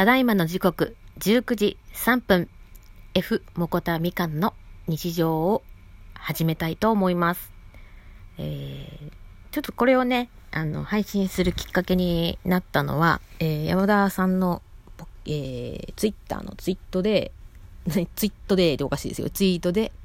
ただいまの時刻19時3分 F もこたみかんの日常を始めたいと思います。ちょっとこれをね配信するきっかけになったのは、山田さんの、ツイッターのツイートでおかしいですよ。ツイートで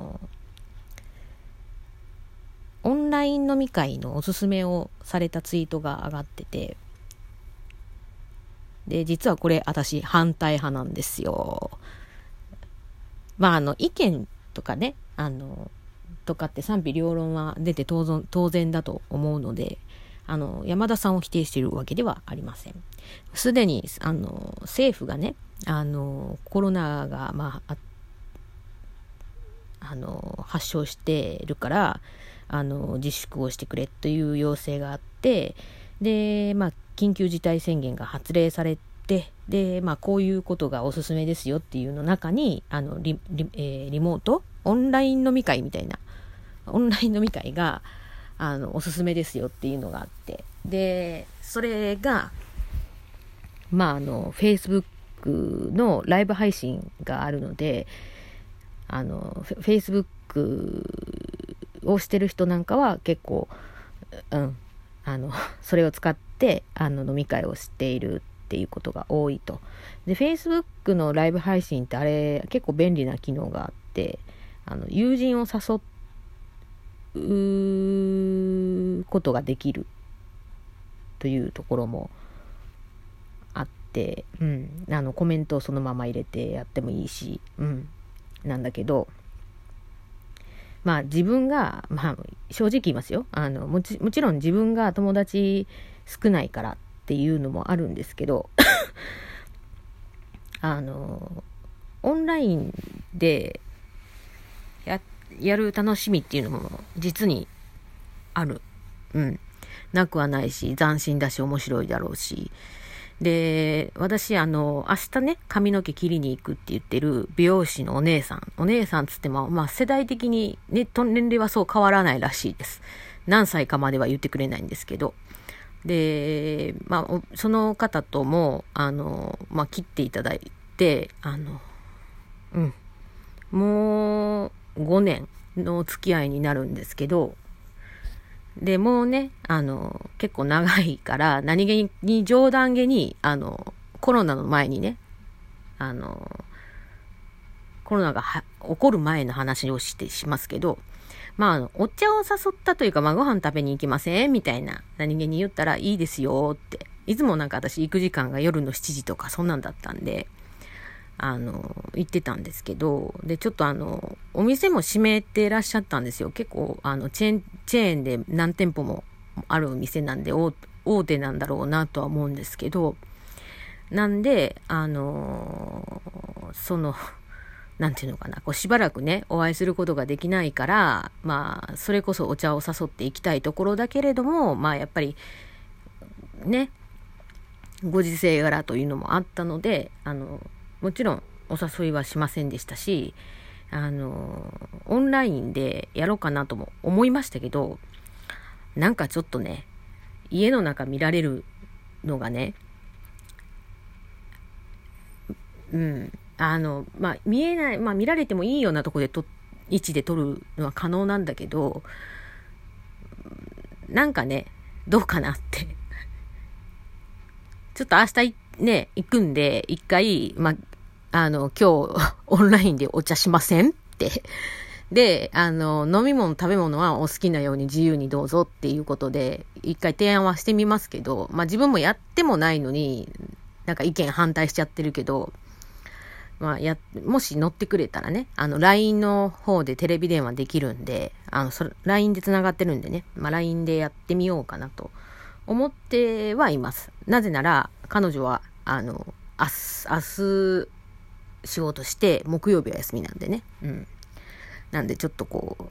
オンライン飲み会のおすすめをされたツイートが上がってて、で実はこれ私反対派なんですよ。意見とかねとかって賛否両論は出て当然だと思うので、山田さんを否定しているわけではありません。すでに政府がねコロナが発症しているから自粛をしてくれという要請があって、で緊急事態宣言が発令されて、でこういうことがおすすめですよっていうの中にリモートオンライン飲み会みたいなオンライン飲み会がおすすめですよっていうのがあって、でそれがFacebook のライブ配信があるので、Facebook をしてる人なんかは結構それを使って飲み会をしているっていうことが多いと。で Facebook のライブ配信ってあれ結構便利な機能があって、友人を誘うことができるというところもあって、コメントをそのまま入れてやってもいいし、なんだけど、自分が、正直言いますよ。もちろん自分が友達少ないからっていうのもあるんですけど、オンラインでやる楽しみっていうのも実にある。なくはないし、斬新だし面白いだろうし。で、私明日ね髪の毛切りに行くって言ってる美容師のお姉さんつっても世代的にね年齢はそう変わらないらしいです。何歳かまでは言ってくれないんですけど、でその方とも切っていただいてもう5年のお付き合いになるんですけど、でもうね結構長いから何気に冗談げにコロナの前にねコロナが起こる前の話をしますけど、お茶を誘ったというか、ご飯食べに行きませんみたいな何気に言ったらいいですよって、いつも私行く時間が夜の7時とかそんなんだったんで言ってたんですけど、でちょっとお店も閉めてらっしゃったんですよ。結構チェーンで何店舗もあるお店なんで大手なんだろうなとは思うんですけど、なんでなんていうのかな、しばらくねお会いすることができないから、それこそお茶を誘っていきたいところだけれども、やっぱりねご時世柄というのもあったのでもちろんお誘いはしませんでしたし、オンラインでやろうかなとも思いましたけど、なんかちょっとね家の中見られるのがね見えない、見られてもいいようなところで位置で撮るのは可能なんだけど、なんかねどうかなってちょっと明日ね行くんで一回今日オンラインでお茶しませんってで飲み物食べ物はお好きなように自由にどうぞっていうことで一回提案はしてみますけど、自分もやってもないのになんか意見反対しちゃってるけど、もし乗ってくれたらねLINE の方でテレビ電話できるんでLINE でつながってるんでね、LINE でやってみようかなと思ってはいます。なぜなら彼女は明日仕事して木曜日は休みなんでね、なんでちょっと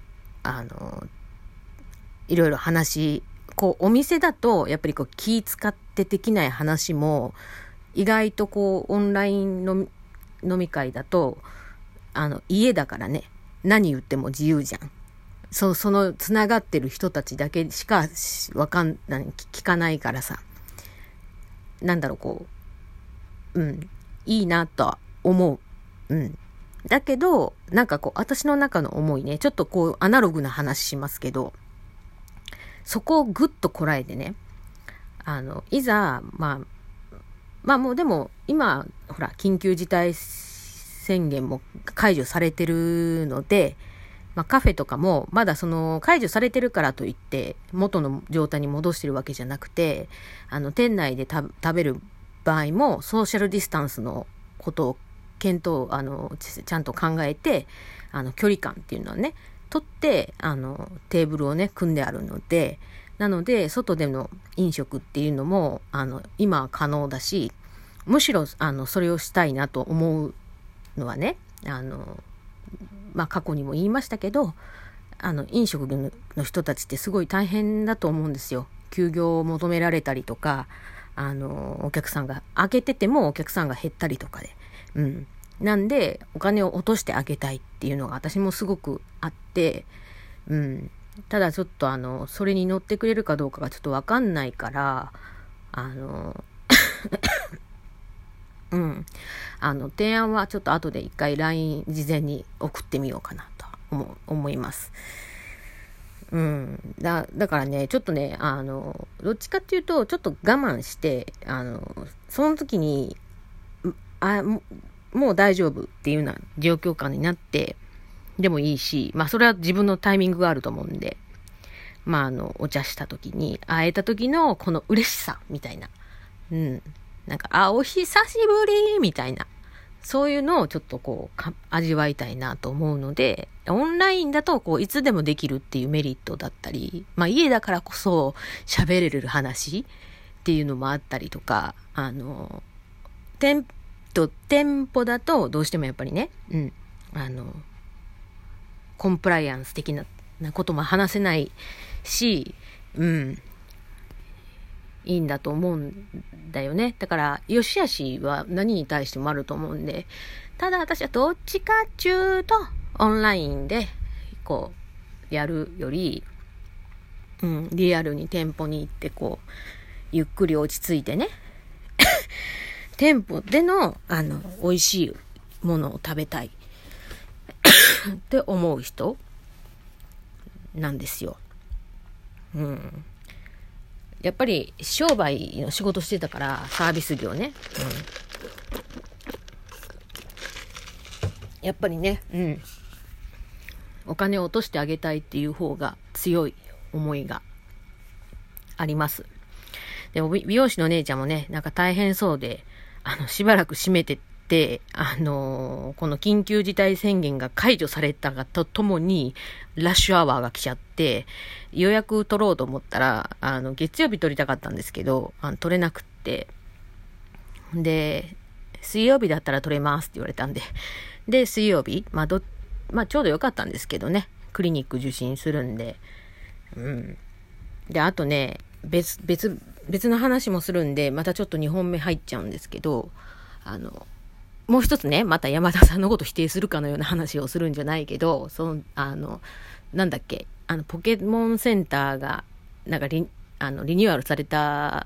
いろいろお店だとやっぱり気使ってできない話も意外とオンラインの飲み会だと家だからね何言っても自由じゃん。そのつながってる人たちだけしか聞かないからさ、 いいなとは思う。だけど、なんかこう、私の中の思いね、ちょっとこう、アナログな話しますけど、そこをぐっとこらえてね、いざ、まあもうでも、今、ほら、緊急事態宣言も解除されてるので、カフェとかもまだその解除されてるからといって元の状態に戻してるわけじゃなくて、店内で食べる場合もソーシャルディスタンスのことを検討、ちゃんと考えて、距離感っていうのはね、取って、テーブルをね、組んであるので、なので、外での飲食っていうのも、今は可能だし、むしろ、それをしたいなと思うのはね、過去にも言いましたけど、飲食の人たちってすごい大変だと思うんですよ。休業を求められたりとか、お客さんが、開けててもお客さんが減ったりとかで。なんで、お金を落としてあげたいっていうのが私もすごくあって、ただちょっとそれに乗ってくれるかどうかがちょっとわかんないから、提案はちょっと後で一回 LINE 事前に送ってみようかなと思います。だからね、ちょっとね、どっちかっていうと、ちょっと我慢して、その時に、もう大丈夫っていうような状況下になって、でもいいし、それは自分のタイミングがあると思うんで、お茶した時に、会えた時のこの嬉しさみたいな。なんか、お久しぶりみたいな。そういうのをちょっとこう、味わいたいなと思うので、オンラインだとこう、いつでもできるっていうメリットだったり、家だからこそ喋れる話っていうのもあったりとか、店舗だとどうしてもやっぱりね、コンプライアンス的なことも話せないし、いいんだと思うんだよね。だから、良し悪しは何に対してもあると思うんで、ただ私はどっちかっちゅうと、オンラインで、こう、やるより、リアルに店舗に行って、こう、ゆっくり落ち着いてね、店舗での、美味しいものを食べたいって思う人なんですよ。やっぱり商売の仕事してたからサービス業ね、やっぱりね、お金を落としてあげたいっていう方が強い思いがあります。でも美容師の姉ちゃんもね、なんか大変そうで、しばらく閉めてって、この緊急事態宣言が解除されたがとともに、ラッシュアワーが来ちゃって、予約取ろうと思ったら、月曜日取りたかったんですけど、取れなくって、で、水曜日だったら取れますって言われたんで、で、水曜日、ちょうどよかったんですけどね、クリニック受診するんで、で、あとね、別の話もするんで、またちょっと2本目入っちゃうんですけど、もう一つね、また山田さんのこと否定するかのような話をするんじゃないけど、なんだっけ、ポケモンセンターが、なんかリニューアルされた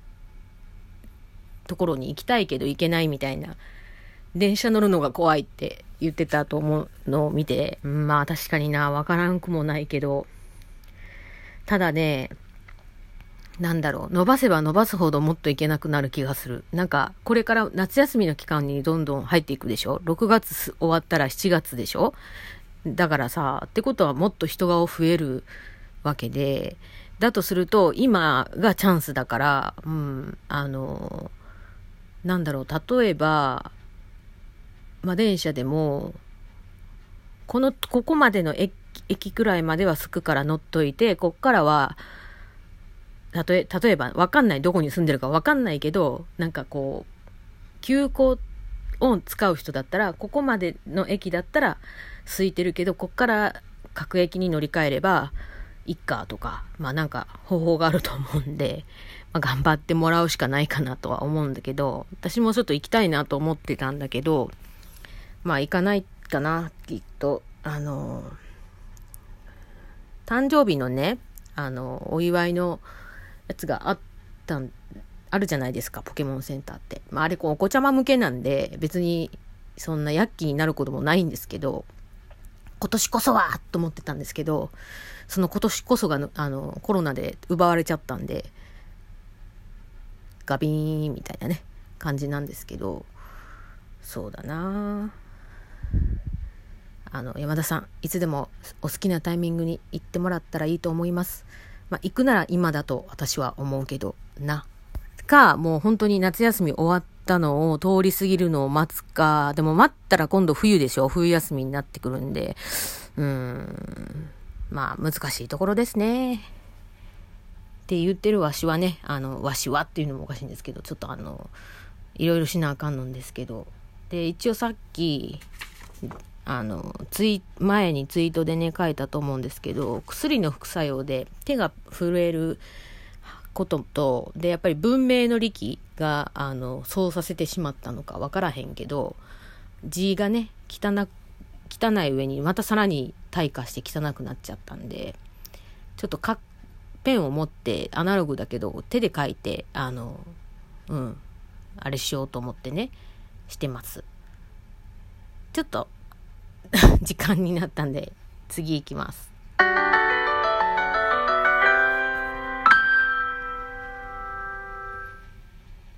ところに行きたいけど行けないみたいな、電車乗るのが怖いって言ってたと思うのを見て、確かにな、わからんくもないけど、ただね、伸ばせば伸ばすほどもっといけなくなる気がする。なんか、これから夏休みの期間にどんどん入っていくでしょ ?6 月終わったら7月でしょだからさ、ってことはもっと人が増えるわけで、だとすると、今がチャンスだから、例えば、電車でも、ここまでの駅くらいまでは着くから乗っといて、こっからは、例えば、わかんない、どこに住んでるかわかんないけど、なんかこう、急行を使う人だったら、ここまでの駅だったら空いてるけど、こっから各駅に乗り換えればいっかとか、なんか方法があると思うんで、頑張ってもらうしかないかなとは思うんだけど、私もちょっと行きたいなと思ってたんだけど、行かないかな、きっと。誕生日のね、お祝いのやつがああるじゃないですか、ポケモンセンターって。あれお子ちゃま向けなんで、別にそんな躍起になることもないんですけど、今年こそはと思ってたんですけど、その今年こそがコロナで奪われちゃったんで、ガビーンみたいなね、感じなんですけど、そうだな山田さん、いつでもお好きなタイミングに行ってもらったらいいと思います。行くなら今だと私は思うけどな。もう本当に夏休み終わったのを通り過ぎるのを待つか、でも待ったら今度冬でしょ。冬休みになってくるんで、難しいところですね。って言ってるわしはね、わしはっていうのもおかしいんですけど、ちょっといろいろしなあかんのんですけど、で、一応さっき、前にツイートでね、書いたと思うんですけど、薬の副作用で手が震えることと、で、やっぱり文明の利器が、そうさせてしまったのかわからへんけど、字がね、汚い上にまたさらに退化して汚くなっちゃったんで、ちょっとペンを持ってアナログだけど手で書いて、あれしようと思ってね、してます。ちょっと時間になったんで次行きます。